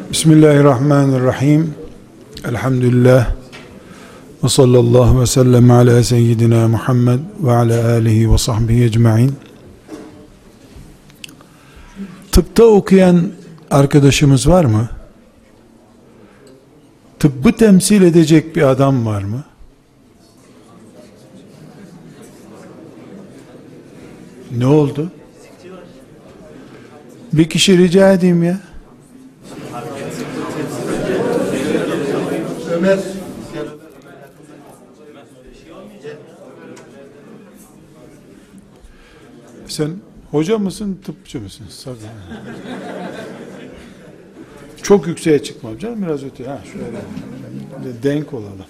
Bismillahirrahmanirrahim. Elhamdülillah. Ve sallallahu ve sellem ala seyyidina Muhammed ve ala alihi ve sahbihi ecma'in. Tıpta okuyan arkadaşımız var mı? Tıbbı temsil edecek bir adam var mı? Ne oldu? Bir kişi rica edeyim ya. Ömer. Sen hoca mısın, tıpçı mısın? Çok yükseğe çıkmam canım, biraz öte. Şöyle denk olalım.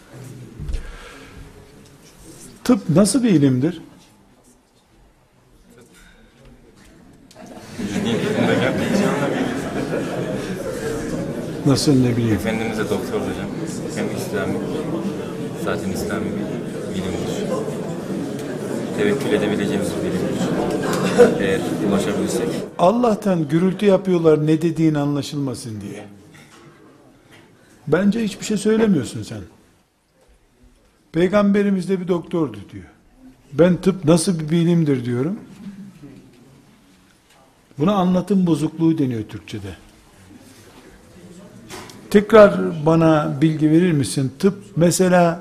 Tıp nasıl bir ilimdir? Nasıl, ne bileyim? Efendimiz de doktor hocam. Hem İslami, zaten İslami bir bilimdir. Tevekkül edebileceğimiz bir bilimdir. Eğer ulaşabilirsek. Allah'tan gürültü yapıyorlar ne dediğin anlaşılmasın diye. Bence hiçbir şey söylemiyorsun sen. Peygamberimiz de bir doktordu diyor. Ben tıp nasıl bir bilimdir diyorum. Buna anlatım bozukluğu deniyor Türkçe'de. Tekrar bana bilgi verir misin? Tıp mesela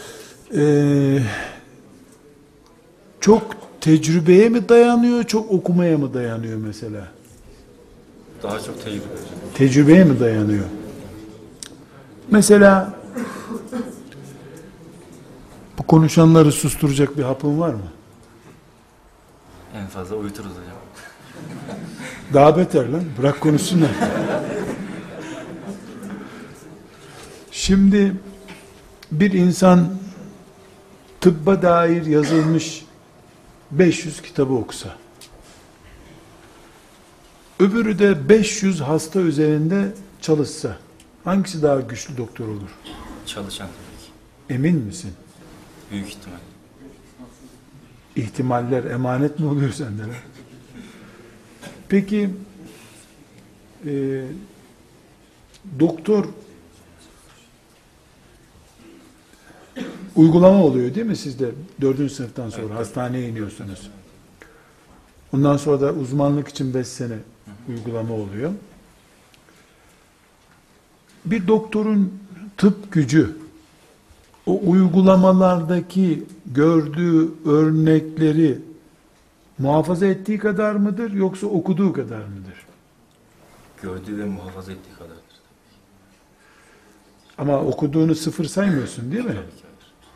çok tecrübeye mi dayanıyor, çok okumaya mı dayanıyor mesela? Daha çok tecrübe hocam. Tecrübeye mi dayanıyor? Mesela bu konuşanları susturacak bir hapın var mı? En fazla uyuturuz hocam. Daha beter lan. Bırak konuşsunlar. Şimdi bir insan tıbba dair yazılmış 500 kitabı okusa, öbürü de 500 hasta üzerinde çalışsa, hangisi daha güçlü doktor olur? Çalışan tabii ki. Emin misin? Büyük ihtimal. İhtimaller emanet mi oluyor sende? Peki doktor uygulama oluyor değil mi sizde? 4. sınıftan sonra hastaneye iniyorsunuz. Ondan sonra da uzmanlık için 5 sene uygulama oluyor. Bir doktorun tıp gücü o uygulamalardaki gördüğü örnekleri muhafaza ettiği kadar mıdır yoksa okuduğu kadar mıdır? Gördüğü ve muhafaza ettiği kadardır. Ama okuduğunu sıfır saymıyorsun değil mi? Tabii ki hayır.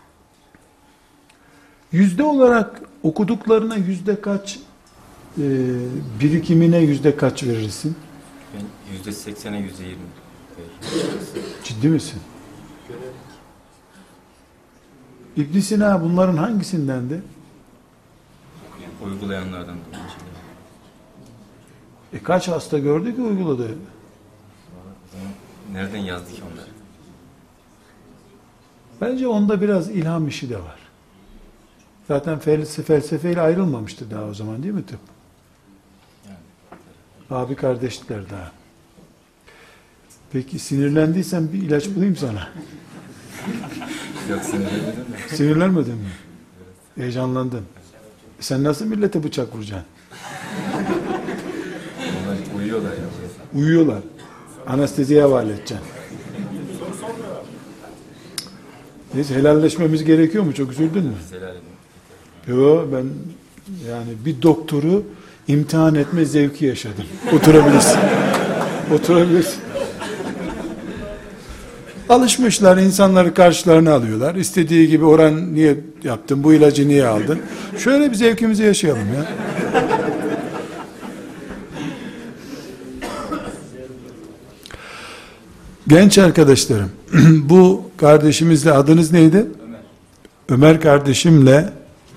Yüzde olarak okuduklarına yüzde kaç, birikimine yüzde kaç verirsin? Ben %80'e %20. Ciddi misin? İbn Sina bunların hangisindendi? Uygulayanlardan. Kaç hasta gördü ki uyguladı? Nereden yazdı ki onları? Bence onda biraz ilham işi de var. Zaten felsefeyle ayrılmamıştı daha o zaman değil mi tıp? Yani. Abi kardeşler daha. Peki sinirlendiysen bir ilaç bulayım sana. Yok, sinirlenmedin mi? Sinirlenmedin mi? Heyecanlandın. Sen nasıl millete bıçak vuracaksın? Onlar uyuyorlar ya. Uyuyorlar. Anesteziye havale edeceksin. Neyse, helalleşmemiz gerekiyor mu? Çok üzüldün mü? Helal edin. Yo, ben yani bir doktoru imtihan etme zevki yaşadım. Oturabilirsin. Oturabilirsin. Alışmışlar, insanları karşılarına alıyorlar. İstediği gibi oran niye yaptın, bu ilacı niye aldın? Şöyle bir zevkimizi yaşayalım ya. Genç arkadaşlarım, bu kardeşimizle, adınız neydi? Ömer. Ömer kardeşimle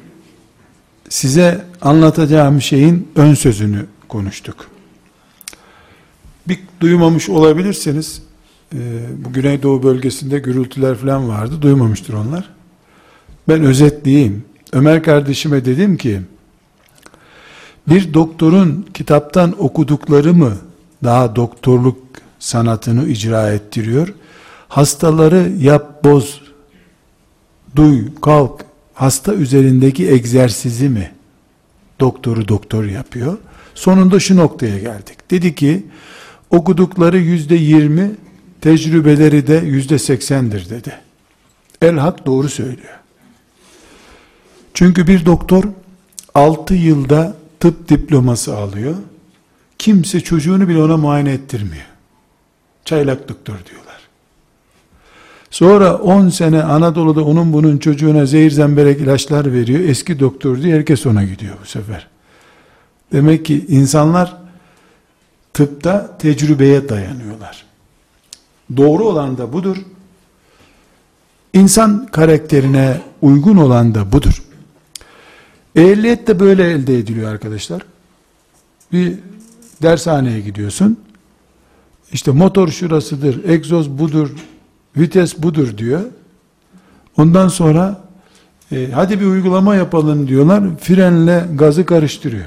size anlatacağım şeyin ön sözünü konuştuk. Bir duymamış olabilirsiniz. Bu Güneydoğu bölgesinde gürültüler falan vardı. Duymamıştır onlar. Ben özetleyeyim. Ömer kardeşime dedim ki, bir doktorun kitaptan okudukları mı daha doktorluk sanatını icra ettiriyor. Hastaları yap boz, duy, kalk, hasta üzerindeki egzersizi mi doktoru doktor yapıyor? Sonunda şu noktaya geldik. Dedi ki okudukları %20, tecrübeleri de %80'dir dedi. Elhak doğru söylüyor. Çünkü bir doktor 6 yılda tıp diploması alıyor. Kimse çocuğunu bile ona muayene ettirmiyor. Çaylak doktor diyorlar. Sonra 10 sene Anadolu'da onun bunun çocuğuna zehir zemberek ilaçlar veriyor. Eski doktor diye herkes ona gidiyor bu sefer. Demek ki insanlar tıpta tecrübeye dayanıyorlar. Doğru olan da budur. İnsan karakterine uygun olan da budur. Ehliyet de böyle elde ediliyor arkadaşlar. Bir dershaneye gidiyorsun. İşte motor şurasıdır, egzoz budur, vites budur diyor. Ondan sonra hadi bir uygulama yapalım diyorlar. Frenle gazı karıştırıyor.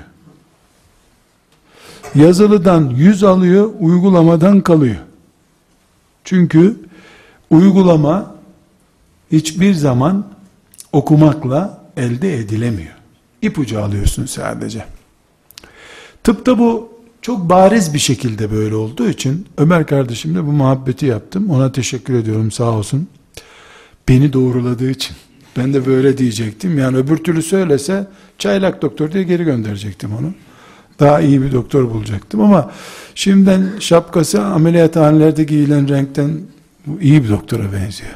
Yazılıdan 100 alıyor, uygulamadan kalıyor. Çünkü uygulama hiçbir zaman okumakla elde edilemiyor. İpucu alıyorsun sadece. Tıpta bu çok bariz bir şekilde böyle olduğu için Ömer kardeşimle bu muhabbeti yaptım. Ona teşekkür ediyorum, sağ olsun. Beni doğruladığı için. Ben de böyle diyecektim. Yani öbür türlü söylese çaylak doktor diye geri gönderecektim onu. Daha iyi bir doktor bulacaktım ama şimdiden şapkası ameliyathanelerde giyilen renkten iyi bir doktora benziyor.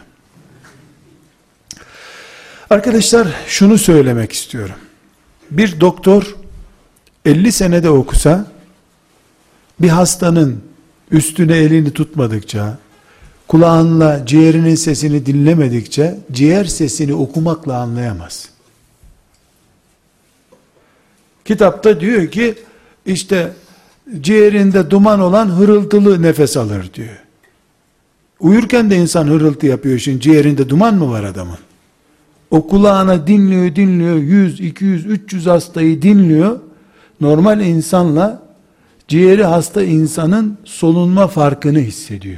Arkadaşlar şunu söylemek istiyorum. Bir doktor 50 senede okusa bir hastanın üstüne elini tutmadıkça, kulağınla ciğerinin sesini dinlemedikçe ciğer sesini okumakla anlayamaz. Kitapta diyor ki işte ciğerinde duman olan hırıltılı nefes alır diyor. Uyurken de insan hırıltı yapıyor, şimdi ciğerinde duman mı var adamın? O kulağına dinliyor, 100, 200, 300 hastayı dinliyor. Normal insanla ciğeri hasta insanın solunma farkını hissediyor.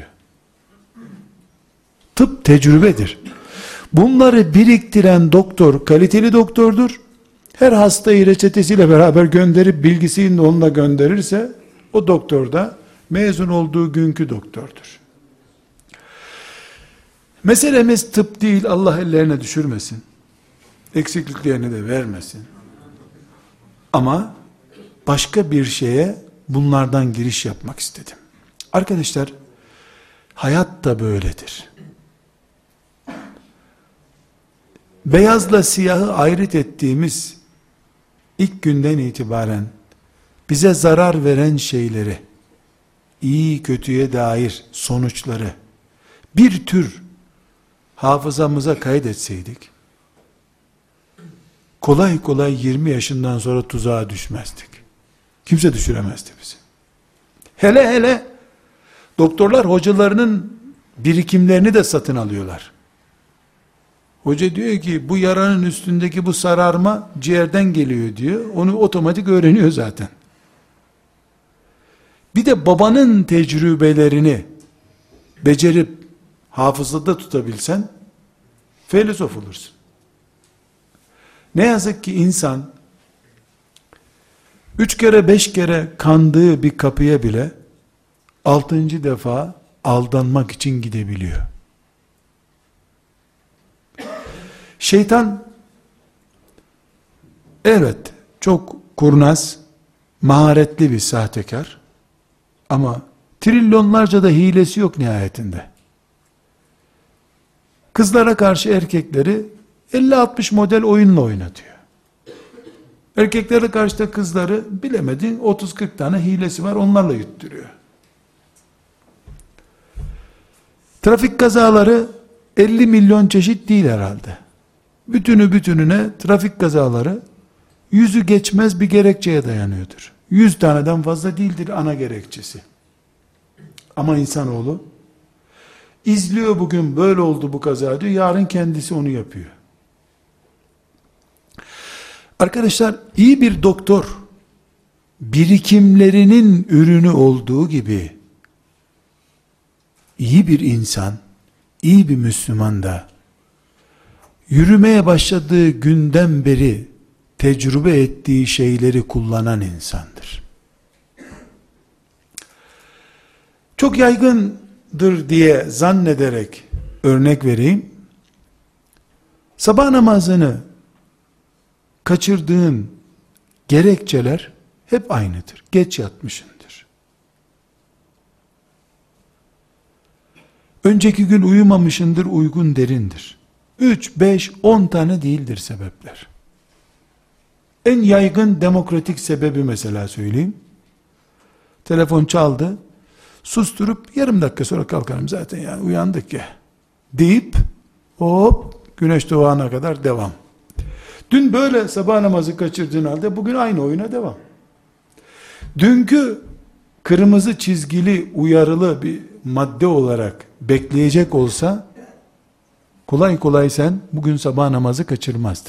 Tıp tecrübedir. Bunları biriktiren doktor kaliteli doktordur. Her hastayı reçetesiyle beraber gönderip bilgisini de onunla gönderirse o doktor da mezun olduğu günkü doktordur. Meselemiz tıp değil, Allah ellerine düşürmesin. Eksikliklerini de vermesin. Ama başka bir şeye bunlardan giriş yapmak istedim. Arkadaşlar, hayat da böyledir. Beyazla siyahı ayrıt ettiğimiz ilk günden itibaren bize zarar veren şeyleri, iyi kötüye dair sonuçları bir tür hafızamıza kaydetseydik, kolay kolay 20 yaşından sonra tuzağa düşmezdik. Kimse düşüremezdi bizi. Hele hele doktorlar hocalarının birikimlerini de satın alıyorlar. Hoca diyor ki bu yaranın üstündeki bu sararma ciğerden geliyor diyor. Onu otomatik öğreniyor zaten. Bir de babanın tecrübelerini becerip hafızada tutabilsen filozof olursun. Ne yazık ki insan 3 kere 5 kere kandığı bir kapıya bile 6. defa aldanmak için gidebiliyor. Şeytan evet çok kurnaz, maharetli bir sahtekar ama trilyonlarca da hilesi yok nihayetinde. Kızlara karşı erkekleri 50-60 model oyunla oynatıyor. Erkeklere karşı da kızları bilemedin 30-40 tane hilesi var, onlarla yutturuyor. Trafik kazaları 50 milyon çeşit değil herhalde. Bütününe trafik kazaları 100'ü geçmez bir gerekçeye dayanıyordur. 100 taneden fazla değildir ana gerekçesi. Ama insanoğlu izliyor, bugün böyle oldu bu kaza diyor, yarın kendisi onu yapıyor. Arkadaşlar, iyi bir doktor birikimlerinin ürünü olduğu gibi iyi bir insan, iyi bir Müslüman da yürümeye başladığı günden beri tecrübe ettiği şeyleri kullanan insandır. Çok yaygındır diye zannederek örnek vereyim. Sabah namazını kaçırdığın gerekçeler hep aynıdır. Geç yatmışındır. Önceki gün uyumamışındır, uygun derindir. 3, 5, 10 tane değildir sebepler. En yaygın demokratik sebebi mesela söyleyeyim. Telefon çaldı. Susturup yarım dakika sonra kalkarım zaten yani uyandık ya deyip hop güneş doğana kadar devam. Dün böyle sabah namazı kaçırdığın halde bugün aynı oyuna devam. Dünkü kırmızı çizgili uyarılı bir madde olarak bekleyecek olsa kolay kolay sen bugün sabah namazı kaçırmazdın.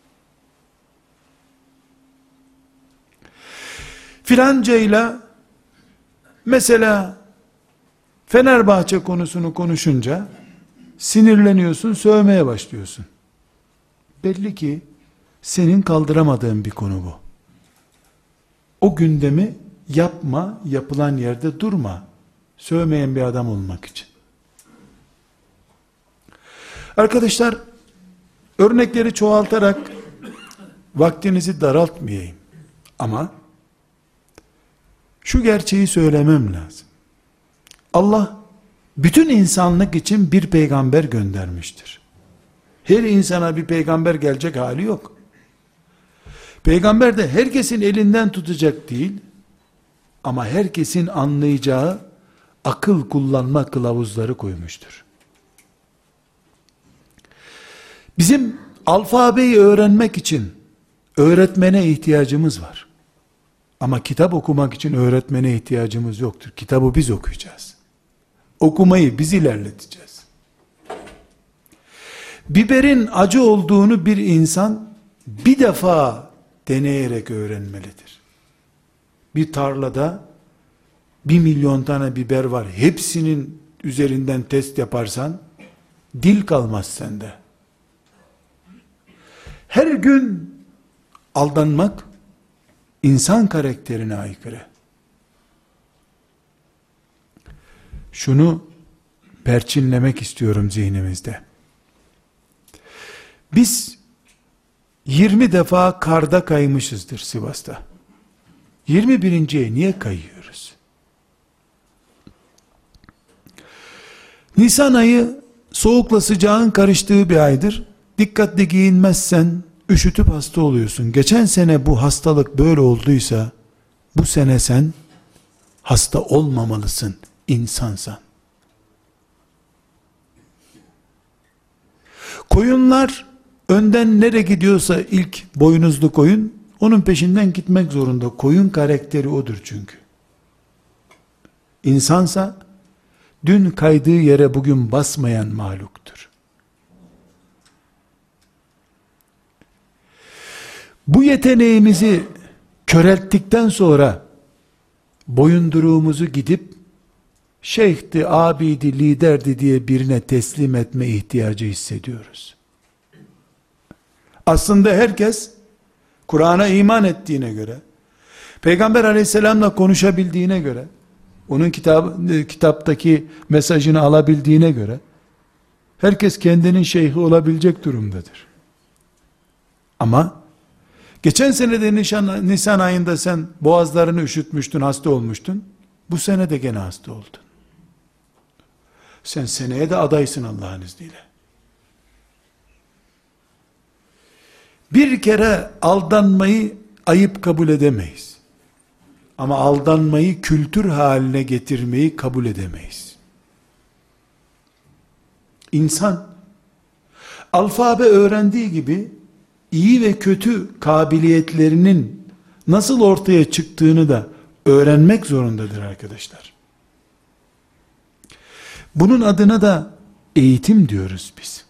Filancayla mesela Fenerbahçe konusunu konuşunca sinirleniyorsun, sövmeye başlıyorsun. Belli ki senin kaldıramadığın bir konu bu. O gündemi yapma, yapılan yerde durma. Sövmeyen bir adam olmak için. Arkadaşlar, örnekleri çoğaltarak vaktinizi daraltmayayım. Ama şu gerçeği söylemem lazım. Allah bütün insanlık için bir peygamber göndermiştir. Her insana bir peygamber gelecek hali yok. Peygamber de herkesin elinden tutacak değil, ama herkesin anlayacağı akıl kullanma kılavuzları koymuştur. Bizim alfabeyi öğrenmek için öğretmene ihtiyacımız var. Ama kitap okumak için öğretmene ihtiyacımız yoktur. Kitabı biz okuyacağız. Okumayı biz ilerleteceğiz. Biberin acı olduğunu bir insan bir defa deneyerek öğrenmelidir. Bir tarlada 1 milyon tane biber var. Hepsinin üzerinden test yaparsan dil kalmaz sende. Her gün aldanmak insan karakterine aykırı. Şunu perçinlemek istiyorum zihnimizde. Biz 20 defa karda kaymışızdır Sivas'ta. 21.'ye niye kayıyoruz? Nisan ayı soğukla sıcağın karıştığı bir aydır. Dikkatli giyinmezsen üşütüp hasta oluyorsun. Geçen sene bu hastalık böyle olduysa bu sene sen hasta olmamalısın insansan. Koyunlar önden nereye gidiyorsa ilk boynuzlu koyun onun peşinden gitmek zorunda. Koyun karakteri odur çünkü. İnsansa dün kaydığı yere bugün basmayan mahluktur. Bu yeteneğimizi körelttikten sonra boyunduruğumuzu gidip şeyhti, abiydi, liderdi diye birine teslim etme ihtiyacı hissediyoruz. Aslında herkes Kur'an'a iman ettiğine göre, Peygamber aleyhisselamla konuşabildiğine göre, onun kitaptaki mesajını alabildiğine göre, herkes kendinin şeyhi olabilecek durumdadır. Ama geçen sene de Nisan ayında sen boğazlarını üşütmüştün, hasta olmuştun. Bu sene de gene hasta oldun. Sen seneye de adaysın Allah'ın izniyle. Bir kere aldanmayı ayıp kabul edemeyiz. Ama aldanmayı kültür haline getirmeyi kabul edemeyiz. İnsan alfabe öğrendiği gibi iyi ve kötü kabiliyetlerinin nasıl ortaya çıktığını da öğrenmek zorundadır arkadaşlar. Bunun adına da eğitim diyoruz biz.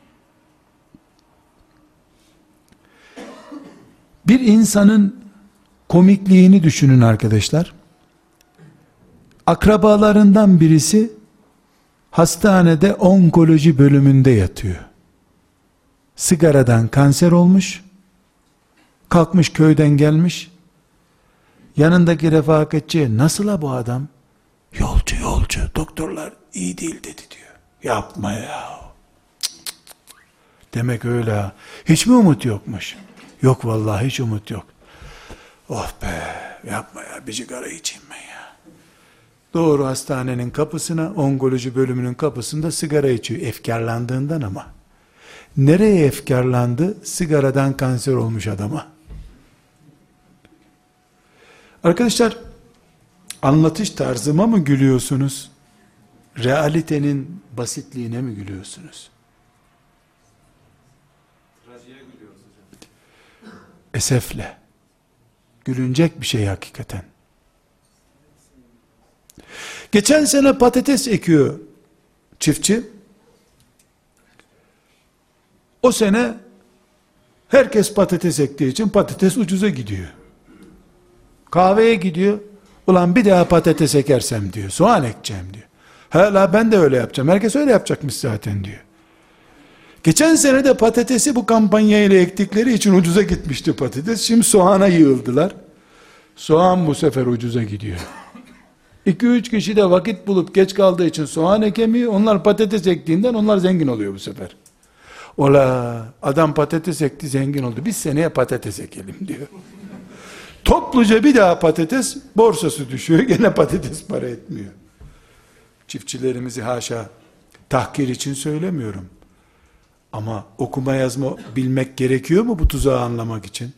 Bir insanın komikliğini düşünün arkadaşlar. Akrabalarından birisi hastanede onkoloji bölümünde yatıyor. Sigaradan kanser olmuş, kalkmış köyden gelmiş, yanındaki refakatçiye nasıl ha bu adam? Yolcu, doktorlar iyi değil dedi diyor. Yapma ya. Cık cık cık. Demek öyle ha. Hiç mi umut yokmuş? Yok vallahi hiç umut yok. Oh be, yapma ya, bir sigara içeyim ben ya. Doğru hastanenin kapısına, onkoloji bölümünün kapısında sigara içiyor. Efkarlandığından ama. Nereye efkarlandı? Sigaradan kanser olmuş adama. Arkadaşlar, anlatış tarzıma mı gülüyorsunuz? Realitenin basitliğine mi gülüyorsunuz? Esefle. Gülünecek bir şey hakikaten. Geçen sene patates ekiyor çiftçi. O sene herkes patates ektiği için patates ucuza gidiyor. Kahveye gidiyor. Ulan bir daha patates ekersem diyor. Soğan ekeceğim diyor. Hala ben de öyle yapacağım. Herkes öyle yapacakmış zaten diyor. Geçen sene de patatesi bu kampanyayla ektikleri için ucuza gitmişti patates. Şimdi soğana yığıldılar. Soğan bu sefer ucuza gidiyor. 2-3 kişi de vakit bulup geç kaldığı için soğan ekemiyor. Onlar patates ektiğinden onlar zengin oluyor bu sefer. Ola adam patates ekti zengin oldu. Biz seneye patates ekelim diyor. Topluca bir daha patates borsası düşüyor. Gene patates para etmiyor. Çiftçilerimizi haşa tahkir için söylemiyorum. Ama okuma yazma bilmek gerekiyor mu bu tuzağı anlamak için?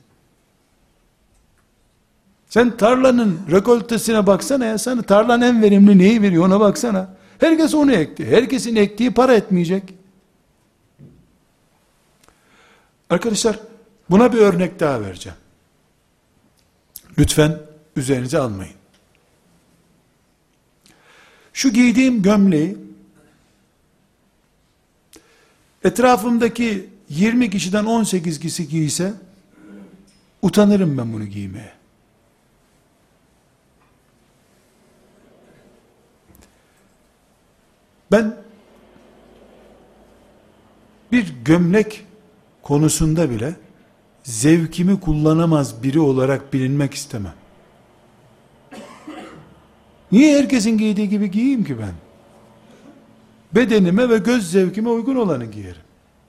Sen tarlanın rekoltesine baksana ya. Sana tarlanın en verimli neyi veriyor ona baksana. Herkes onu ekti. Herkesin ektiği para etmeyecek. Arkadaşlar buna bir örnek daha vereceğim. Lütfen üzerinize almayın. Şu giydiğim gömleği etrafımdaki 20 kişiden 18 kişi giyse utanırım ben bunu giymeye. Ben bir gömlek konusunda bile zevkimi kullanamaz biri olarak bilinmek istemem. Niye herkesin giydiği gibi giyeyim ki ben? Bedenime ve göz zevkime uygun olanı giyerim.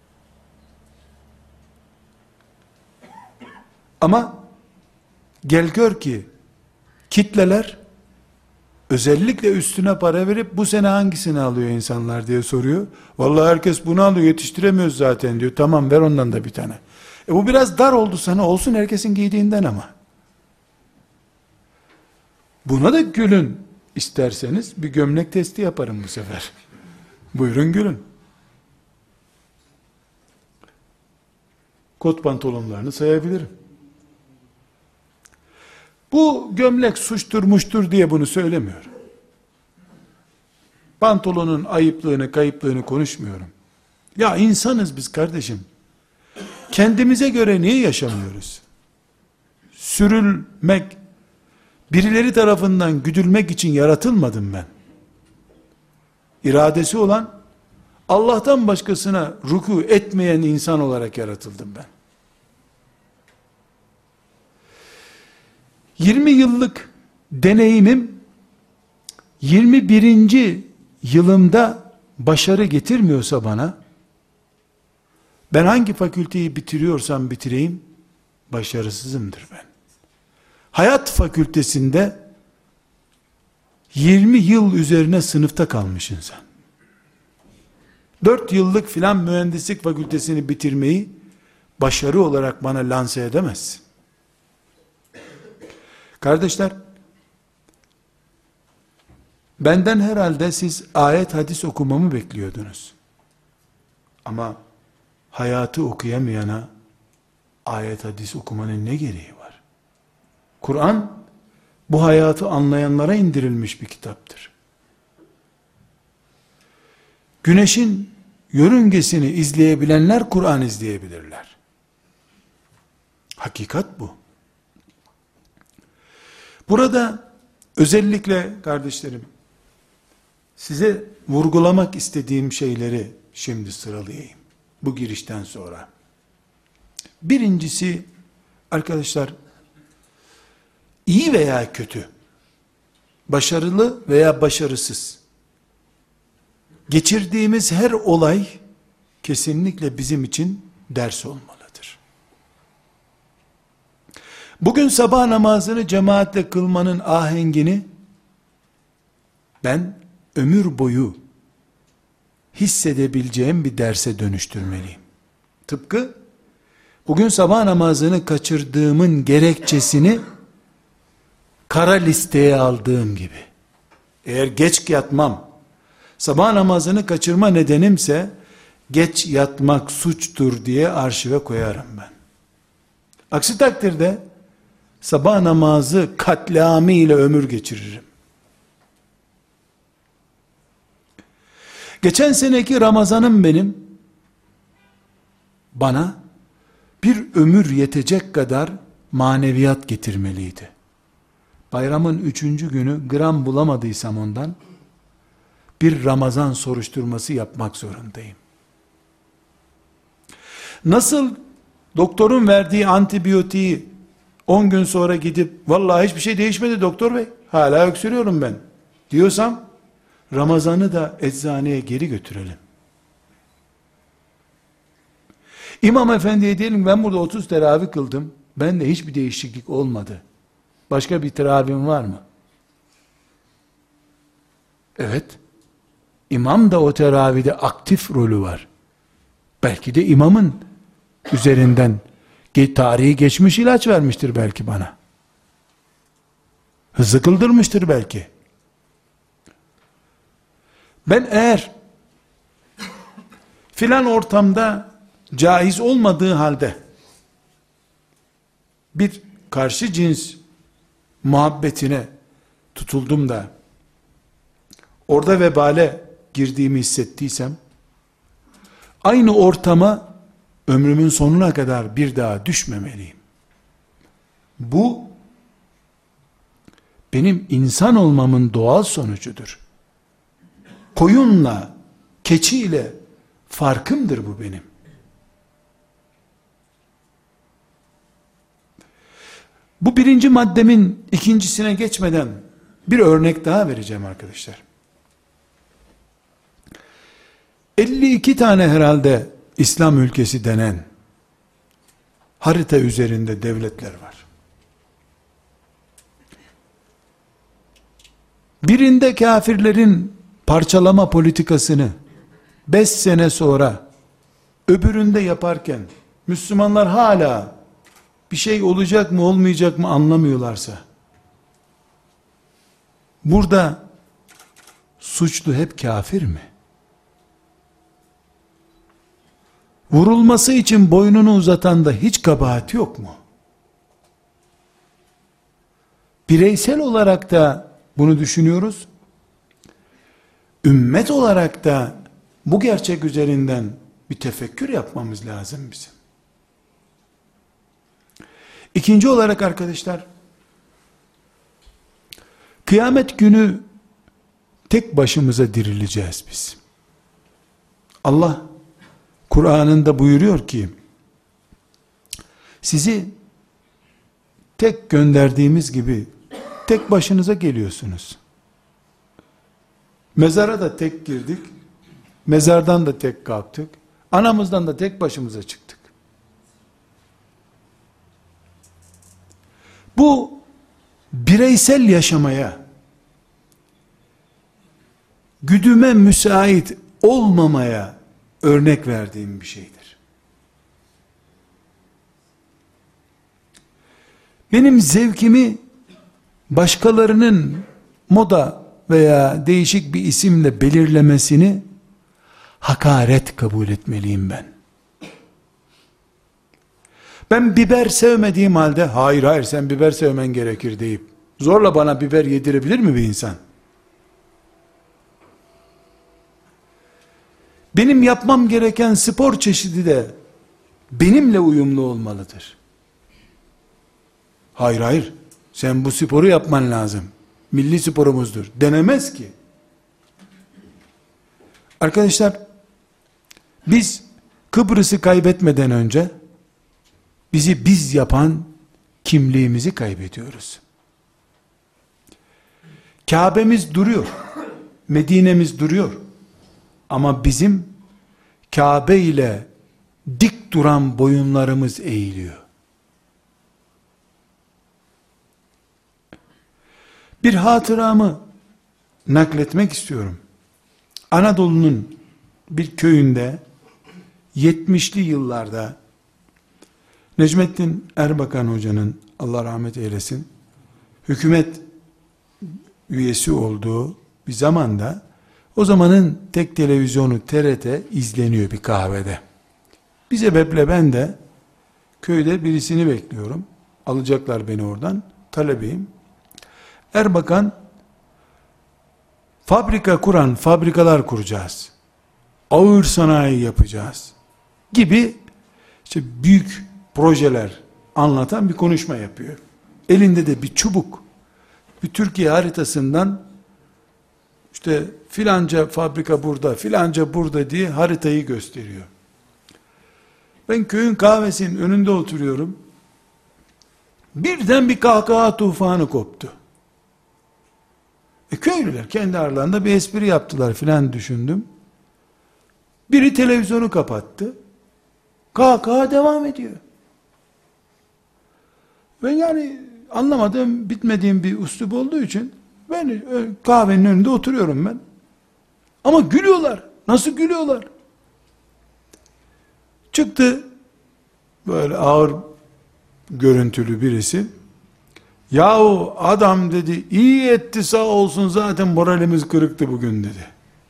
Ama gel gör ki kitleler özellikle üstüne para verip bu sene hangisini alıyor insanlar diye soruyor. Vallahi herkes bunu alıyor, yetiştiremiyoruz zaten diyor. Tamam ver ondan da bir tane. Bu biraz dar oldu sana, olsun herkesin giydiğinden ama. Buna da gülün isterseniz bir gömlek testi yaparım bu sefer. Buyurun gülün. Kot pantolonlarını sayabilirim. Bu gömlek suçtur diye bunu söylemiyorum. Pantolonun ayıplığını, kayıplığını konuşmuyorum. Ya insanız biz kardeşim. Kendimize göre niye yaşamıyoruz? Sürülmek, birileri tarafından güdülmek için yaratılmadım ben. İradesi olan, Allah'tan başkasına ruku etmeyen insan olarak yaratıldım ben. 20 yıllık deneyimim 21. yılımda başarı getirmiyorsa bana, ben hangi fakülteyi bitiriyorsam bitireyim başarısızımdır ben. Hayat fakültesinde 20 yıl üzerine sınıfta kalmışsın sen. 4 yıllık filan mühendislik fakültesini bitirmeyi başarı olarak bana lanse edemezsin. Kardeşler, benden herhalde siz ayet hadis okumamı bekliyordunuz. Ama hayatı okuyamayana ayet hadis okumanın ne gereği var? Kur'an, bu hayatı anlayanlara indirilmiş bir kitaptır. Güneşin yörüngesini izleyebilenler Kur'an izleyebilirler. Hakikat bu. Burada özellikle kardeşlerim, Size vurgulamak istediğim şeyleri şimdi sıralayayım. Bu girişten sonra. Birincisi, arkadaşlar, iyi veya kötü, başarılı veya başarısız, geçirdiğimiz her olay kesinlikle bizim için ders olmalıdır. Bugün sabah namazını cemaatle kılmanın ahengini ben ömür boyu hissedebileceğim bir derse dönüştürmeliyim. Tıpkı bugün sabah namazını kaçırdığımın gerekçesini kara listeye aldığım gibi. Eğer geç yatmam, sabah namazını kaçırma nedenimse, geç yatmak suçtur diye arşive koyarım ben. Aksi takdirde, sabah namazı katliamı ile ömür geçiririm. Geçen seneki Ramazan'ım benim, bana bir ömür yetecek kadar maneviyat getirmeliydi. Bayramın 3. günü gram bulamadıysam ondan, bir Ramazan soruşturması yapmak zorundayım. Nasıl doktorun verdiği antibiyotiği 10 gün sonra gidip, vallahi hiçbir şey değişmedi doktor bey, hala öksürüyorum ben diyorsam, Ramazan'ı da eczaneye geri götürelim. İmam efendiye diyelim, ben burada 30 teravih kıldım, bende hiçbir değişiklik olmadı. Başka bir teravihim var mı? Evet. İmam da o teravide aktif rolü var. Belki de imamın üzerinden tarihi geçmiş ilaç vermiştir belki bana. Hızlı kıldırmıştır belki. Ben eğer filan ortamda caiz olmadığı halde bir karşı cins muhabbetine tutuldum da orada vebale girdiğimi hissettiysem, aynı ortama ömrümün sonuna kadar bir daha düşmemeliyim. Bu benim insan olmamın doğal sonucudur. Koyunla, keçiyle farkımdır bu benim. Bu birinci maddemin ikincisine geçmeden bir örnek daha vereceğim arkadaşlar. 52 tane herhalde İslam ülkesi denen harita üzerinde devletler var. Birinde kafirlerin parçalama politikasını 5 sene sonra öbüründe yaparken Müslümanlar hala bir şey olacak mı olmayacak mı anlamıyorlarsa, burada suçlu hep kafir mi? Vurulması için boynunu uzatan da hiç kabahat yok mu? Bireysel olarak da bunu düşünüyoruz. Ümmet olarak da bu gerçek üzerinden bir tefekkür yapmamız lazım bizim. İkinci olarak arkadaşlar, kıyamet günü tek başımıza dirileceğiz biz. Allah Kur'an'ında buyuruyor ki, sizi tek gönderdiğimiz gibi tek başınıza geliyorsunuz. Mezara da tek girdik, mezardan da tek kalktık, anamızdan da tek başımıza çıktık. Bu bireysel yaşamaya, güdüme müsait olmamaya örnek verdiğim bir şeydir. Benim zevkimi başkalarının moda veya değişik bir isimle belirlemesini hakaret kabul etmeliyim ben. Ben biber sevmediğim halde, hayır sen biber sevmen gerekir deyip, zorla bana biber yedirebilir mi bir insan? Benim yapmam gereken spor çeşidi de benimle uyumlu olmalıdır. Hayır, sen bu sporu yapman lazım, milli sporumuzdur denemez ki. Arkadaşlar, biz Kıbrıs'ı kaybetmeden önce bizi biz yapan kimliğimizi kaybediyoruz. Kabe'miz duruyor. Medine'miz duruyor. Ama bizim Kabe ile dik duran boyunlarımız eğiliyor. Bir hatıramı nakletmek istiyorum. Anadolu'nun bir köyünde 70'li yıllarda Necmettin Erbakan Hoca'nın, Allah rahmet eylesin, hükümet üyesi olduğu bir zamanda, o zamanın tek televizyonu TRT izleniyor bir kahvede. Bir sebeple ben de köyde birisini bekliyorum. Alacaklar beni oradan. Talebeyim. Erbakan, fabrika kuran, fabrikalar kuracağız, ağır sanayi yapacağız gibi işte büyük projeler anlatan bir konuşma yapıyor. Elinde de bir çubuk, bir Türkiye haritasından işte filanca fabrika burada, filanca burada diye haritayı gösteriyor. Ben köyün kahvesinin önünde oturuyorum. Birden bir kahkaha tufanı koptu. Köylüler kendi aralarında bir espri yaptılar filan düşündüm. Biri televizyonu kapattı. Kahkaha devam ediyor. Ben yani anlamadığım, bitmediğim bir üslup olduğu için ben kahvenin önünde oturuyorum ben. Ama gülüyorlar. Nasıl gülüyorlar? Çıktı böyle ağır görüntülü birisi. Yahu adam dedi, iyi etti sağ olsun, zaten moralimiz kırıktı bugün dedi.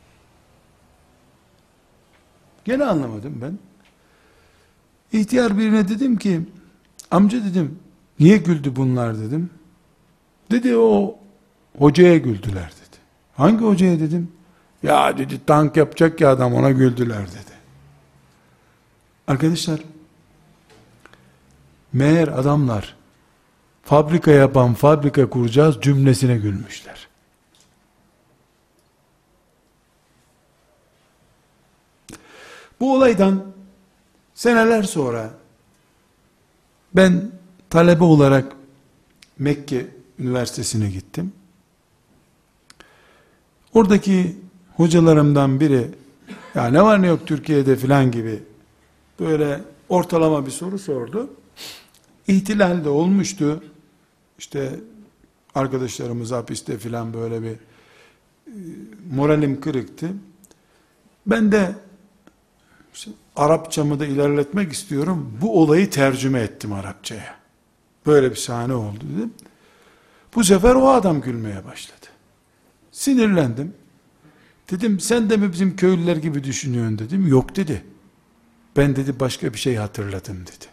Gene anlamadım ben. İhtiyar birine dedim ki, amca dedim, niye güldü bunlar dedim. Dedi o hocaya güldüler dedi. Hangi hocaya dedim. Ya dedi, tank yapacak ya adam, ona güldüler dedi. Arkadaşlar, meğer adamlar fabrika yapan, fabrika kuracağız cümlesine gülmüşler. Bu olaydan seneler sonra ben talebe olarak Mekke Üniversitesi'ne gittim. Oradaki hocalarımdan biri, ya ne var ne yok Türkiye'de filan gibi böyle ortalama bir soru sordu. İhtilal de olmuştu. İşte arkadaşlarımız hapiste filan, böyle bir moralim kırıktı. Ben de işte Arapçamı da ilerletmek istiyorum. Bu olayı tercüme ettim Arapçaya. Böyle bir sahne oldu dedim. Bu sefer o adam gülmeye başladı. Sinirlendim. Dedim sen de mi bizim köylüler gibi düşünüyorsun dedim. Yok dedi. Ben dedi başka bir şey hatırladım dedi.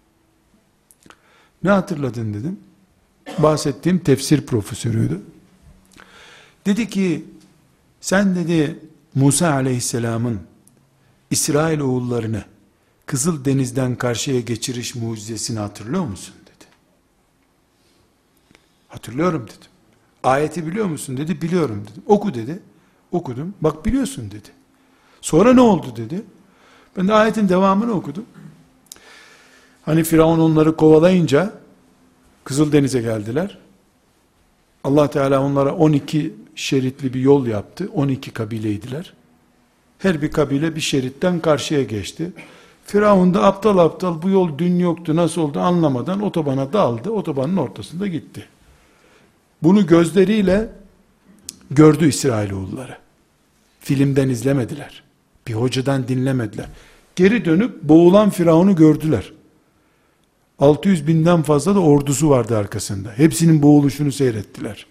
Ne hatırladın dedim. Bahsettiğim tefsir profesörüydü. Dedi ki sen dedi Musa aleyhisselamın İsrail oğullarını Kızıl Deniz'den karşıya geçiriş mucizesini hatırlıyor musun dedi. Hatırlıyorum dedim. Ayeti biliyor musun dedi. Biliyorum dedim. Oku dedi. Okudum. Bak biliyorsun dedi. Sonra ne oldu dedi. Ben de ayetin devamını okudum. Hani Firavun onları kovalayınca Kızıldeniz'e geldiler. Allah Teala onlara 12 şeritli bir yol yaptı. 12 kabileydiler. Her bir kabile bir şeritten karşıya geçti. Firavun da aptal aptal bu yol dün yoktu nasıl oldu anlamadan otobana daldı. Otobanın ortasında gitti. Bunu gözleriyle gördü İsrailoğulları. Filmden izlemediler. Bir hocadan dinlemediler. Geri dönüp boğulan Firavun'u gördüler. 600 binden fazla da ordusu vardı arkasında. Hepsinin boğuluşunu seyrettiler.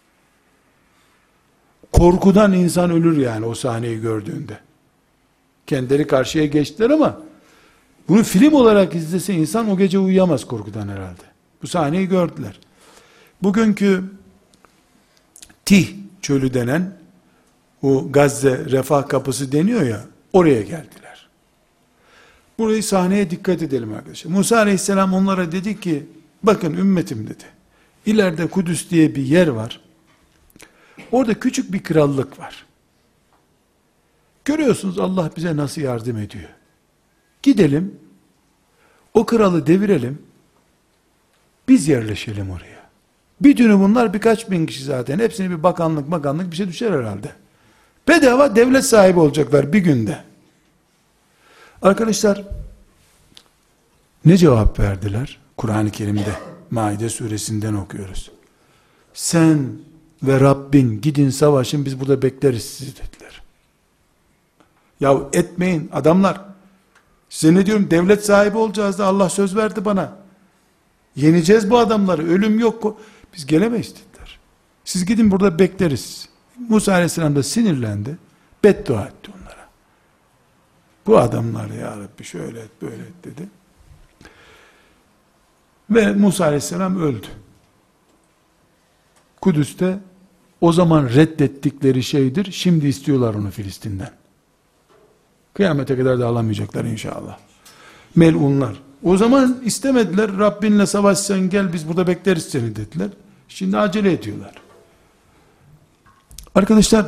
Korkudan insan ölür yani o sahneyi gördüğünde. Kendileri karşıya geçtiler ama bunu film olarak izlese insan o gece uyuyamaz korkudan herhalde. Bu sahneyi gördüler. Bugünkü Tih çölü denen o Gazze refah kapısı deniyor ya, oraya geldiler. Burayı sahneye dikkat edelim arkadaşlar. Musa aleyhisselam onlara dedi ki, bakın ümmetim dedi. İleride Kudüs diye bir yer var. Orada küçük bir krallık var. Görüyorsunuz Allah bize nasıl yardım ediyor. Gidelim, o kralı devirelim, biz yerleşelim oraya. Bir günü bunlar birkaç bin kişi zaten. Hepsine bir bakanlık bir şey düşer herhalde. Bedava devlet sahibi olacaklar bir günde. Arkadaşlar, ne cevap verdiler? Kur'an-ı Kerim'de, Maide suresinden okuyoruz. Sen ve Rabbin gidin savaşın, biz burada bekleriz sizi dediler. Ya etmeyin adamlar. Size ne diyorum, devlet sahibi olacağız da Allah söz verdi bana. Yeneceğiz bu adamları, ölüm yok. Biz gelemeyiz dediler. Siz gidin burada bekleriz. Musa aleyhisselam da sinirlendi. Beddua etti onlara. Bu adamlar ya Rabbi şöyle et böyle et dedi. Ve Musa aleyhisselam öldü. Kudüs'te o zaman reddettikleri şeydir. Şimdi istiyorlar onu Filistin'den. Kıyamete kadar da alamayacaklar inşallah. Melunlar. O zaman istemediler. Rabbinle savaş sen gel biz burada bekleriz seni dediler. Şimdi acele ediyorlar. Arkadaşlar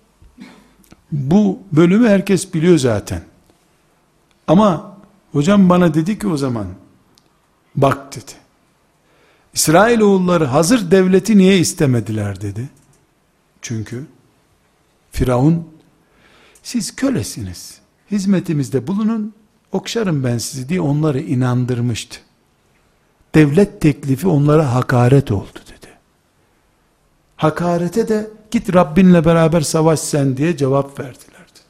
bu bölümü herkes biliyor zaten. Ama hocam bana dedi ki o zaman bak dedi. İsrailoğulları hazır devleti niye istemediler dedi. Çünkü Firavun siz kölesiniz. Hizmetimizde bulunun, okşarım ben sizi diye onları inandırmıştı. Devlet teklifi onlara hakaret oldu dedi. Hakarete de git Rabbinle beraber savaş sen diye cevap verdiler dedi.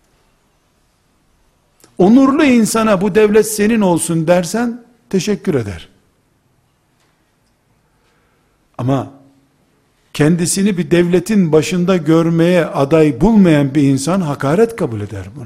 Onurlu insana bu devlet senin olsun dersen teşekkür eder. Ama kendisini bir devletin başında görmeye aday bulmayan bir insan hakaret kabul eder bunu.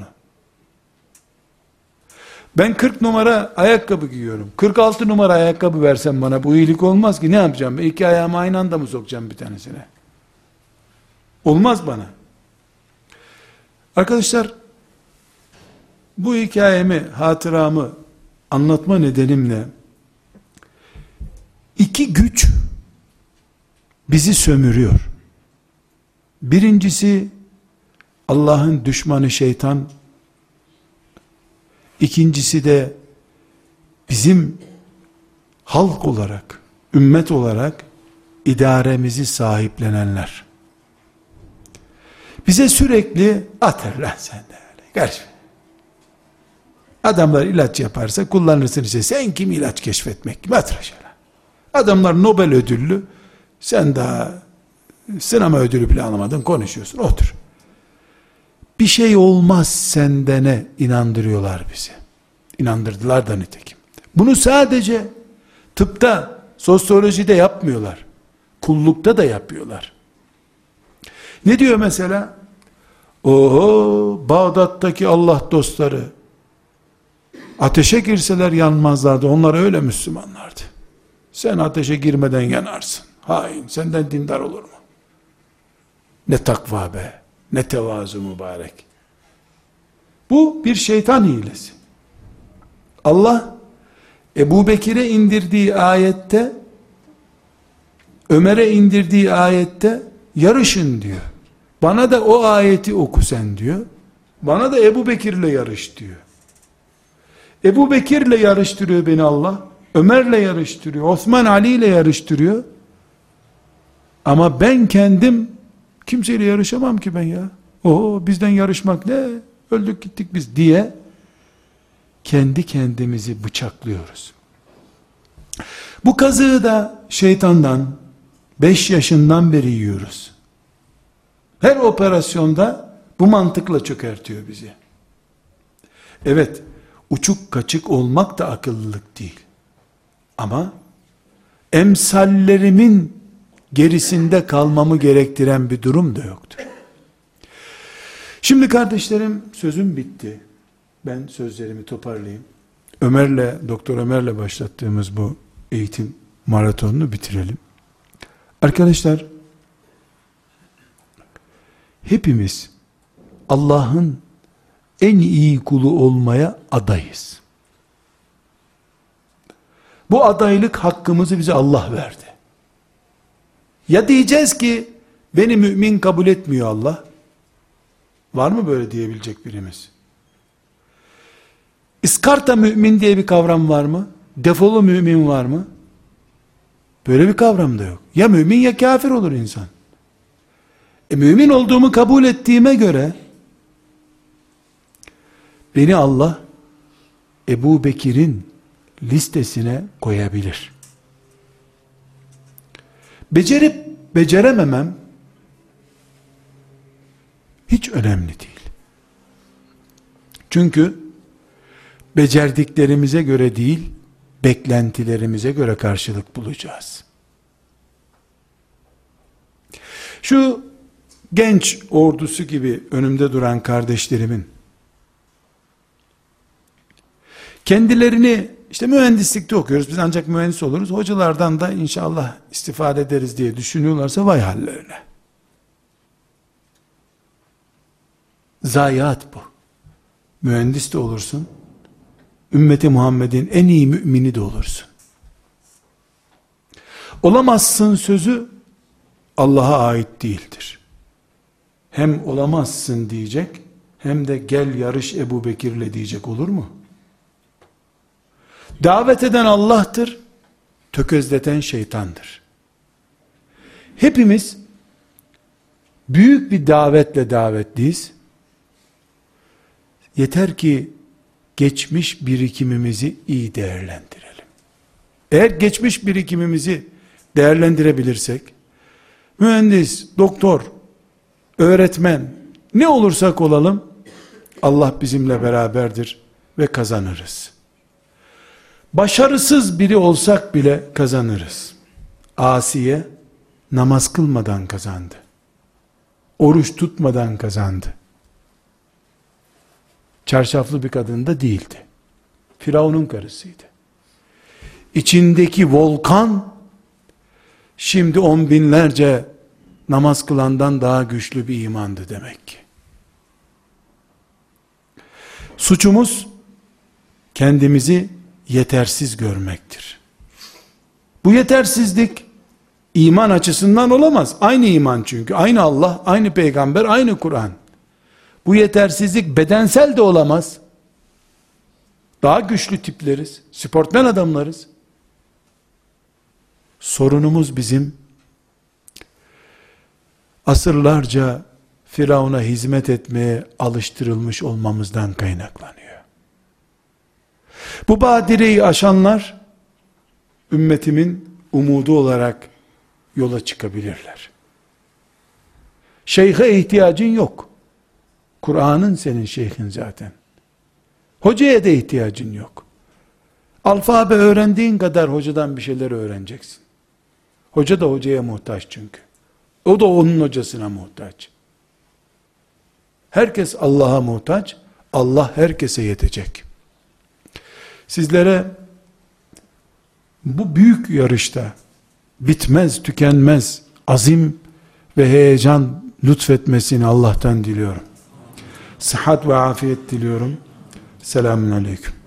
Ben 40 numara ayakkabı giyiyorum. 46 numara ayakkabı versen bana bu iyilik olmaz ki. Ne yapacağım? İki ayağımı aynı anda mı sokacağım bir tanesine? Olmaz bana. Arkadaşlar, bu hikayemi, hatıramı anlatma nedenimle iki güç bizi sömürüyor. Birincisi Allah'ın düşmanı şeytan. İkincisi de bizim halk olarak, ümmet olarak idaremizi sahiplenenler. Bize sürekli atır lan sen de öyle. Karşı. Adamlar ilaç yaparsa kullanırsın işte. Sen kim ilaç keşfetmek gibi atıraşlar. Adamlar Nobel ödüllü. Sen daha sinema ödülü bile alamadın, konuşuyorsun. Otur. Bir şey olmaz sendene inandırıyorlar bizi. İnandırdılar da nitekim. Bunu sadece tıpta, sosyolojide yapmıyorlar. Kullukta da yapıyorlar. Ne diyor mesela? Oho, Bağdat'taki Allah dostları ateşe girseler yanmazlardı. Onlar öyle Müslümanlardı. Sen ateşe girmeden yanarsın. Hain, senden dindar olur mu? Ne takva be, ne tevazu mübarek. Bu bir şeytan hilesi. Allah Ebu Bekir'e indirdiği ayette, Ömer'e indirdiği ayette yarışın diyor. Bana da o ayeti oku sen diyor. Bana da Ebu Bekir'le yarış diyor. Ebu Bekir'le yarıştırıyor beni Allah. Ömer'le yarıştırıyor. Osman Ali'yle yarıştırıyor. Ama ben kendim kimseyle yarışamam ki ben ya. Bizden yarışmak ne? Öldük gittik biz diye kendi kendimizi bıçaklıyoruz. Bu kazığı da şeytandan 5 yaşından beri yiyoruz. Her operasyonda bu mantıkla çökertiyor bizi. Evet, uçuk kaçık olmak da akıllılık değil. Ama emsallerimin gerisinde kalmamı gerektiren bir durum da yoktur. Şimdi kardeşlerim, sözüm bitti. Ben sözlerimi toparlayayım. Doktor Ömer'le başlattığımız bu eğitim maratonunu bitirelim. Arkadaşlar, hepimiz Allah'ın en iyi kulu olmaya adayız. Bu adaylık hakkımızı bize Allah verdi. Ya diyeceğiz ki beni mümin kabul etmiyor Allah, Var mı böyle diyebilecek birimiz? İskarta mümin diye bir kavram var mı? Defolu mümin var mı? Böyle bir kavram da yok. Ya mümin ya kafir olur insan. Mümin olduğumu kabul ettiğime göre beni Allah Ebu Bekir'in listesine koyabilir. Becerip becerememem hiç önemli değil. Çünkü becerdiklerimize göre değil, beklentilerimize göre karşılık bulacağız. Şu genç ordusu gibi önümde duran kardeşlerimin kendilerini işte mühendislikte okuyoruz, biz ancak mühendis oluruz, hocalardan da inşallah istifade ederiz diye düşünüyorlarsa vay hallerine. Zayiat bu. Mühendis de olursun, ümmeti Muhammed'in en iyi mümini de olursun. Olamazsın sözü Allah'a ait değildir. Hem olamazsın diyecek, hem de gel yarış Ebu Bekir'le diyecek olur mu? Davet eden Allah'tır, tökezleten şeytandır. Hepimiz büyük bir davetle davetliyiz. Yeter ki geçmiş birikimimizi iyi değerlendirelim. Eğer geçmiş birikimimizi değerlendirebilirsek, mühendis, doktor, öğretmen, ne olursak olalım, Allah bizimle beraberdir ve kazanırız. Başarısız biri olsak bile kazanırız. Asiye namaz kılmadan kazandı. Oruç tutmadan kazandı. Çarşaflı bir kadın da değildi. Firavun'un karısıydı. İçindeki volkan şimdi on binlerce namaz kılandan daha güçlü bir imandı demek ki. Suçumuz kendimizi yetersiz görmektir. Bu yetersizlik iman açısından olamaz. Aynı iman çünkü. Aynı Allah, aynı peygamber, aynı Kur'an. Bu yetersizlik bedensel de olamaz. Daha güçlü tipleriz. Sportmen adamlarız. Sorunumuz bizim asırlarca Firavun'a hizmet etmeye alıştırılmış olmamızdan kaynaklanıyor. Bu badireyi aşanlar ümmetimin umudu olarak yola çıkabilirler. Şeyhe ihtiyacın yok. Kur'an'ın senin şeyhin zaten. Hocaya da ihtiyacın yok. Alfabe öğrendiğin kadar hocadan bir şeyler öğreneceksin. Hoca da hocaya muhtaç çünkü. O da onun hocasına muhtaç. Herkes Allah'a muhtaç. Allah herkese yetecek. Sizlere bu büyük yarışta bitmez, tükenmez azim ve heyecan lütfetmesini Allah'tan diliyorum. Sıhhat ve afiyet diliyorum. Selamun aleyküm.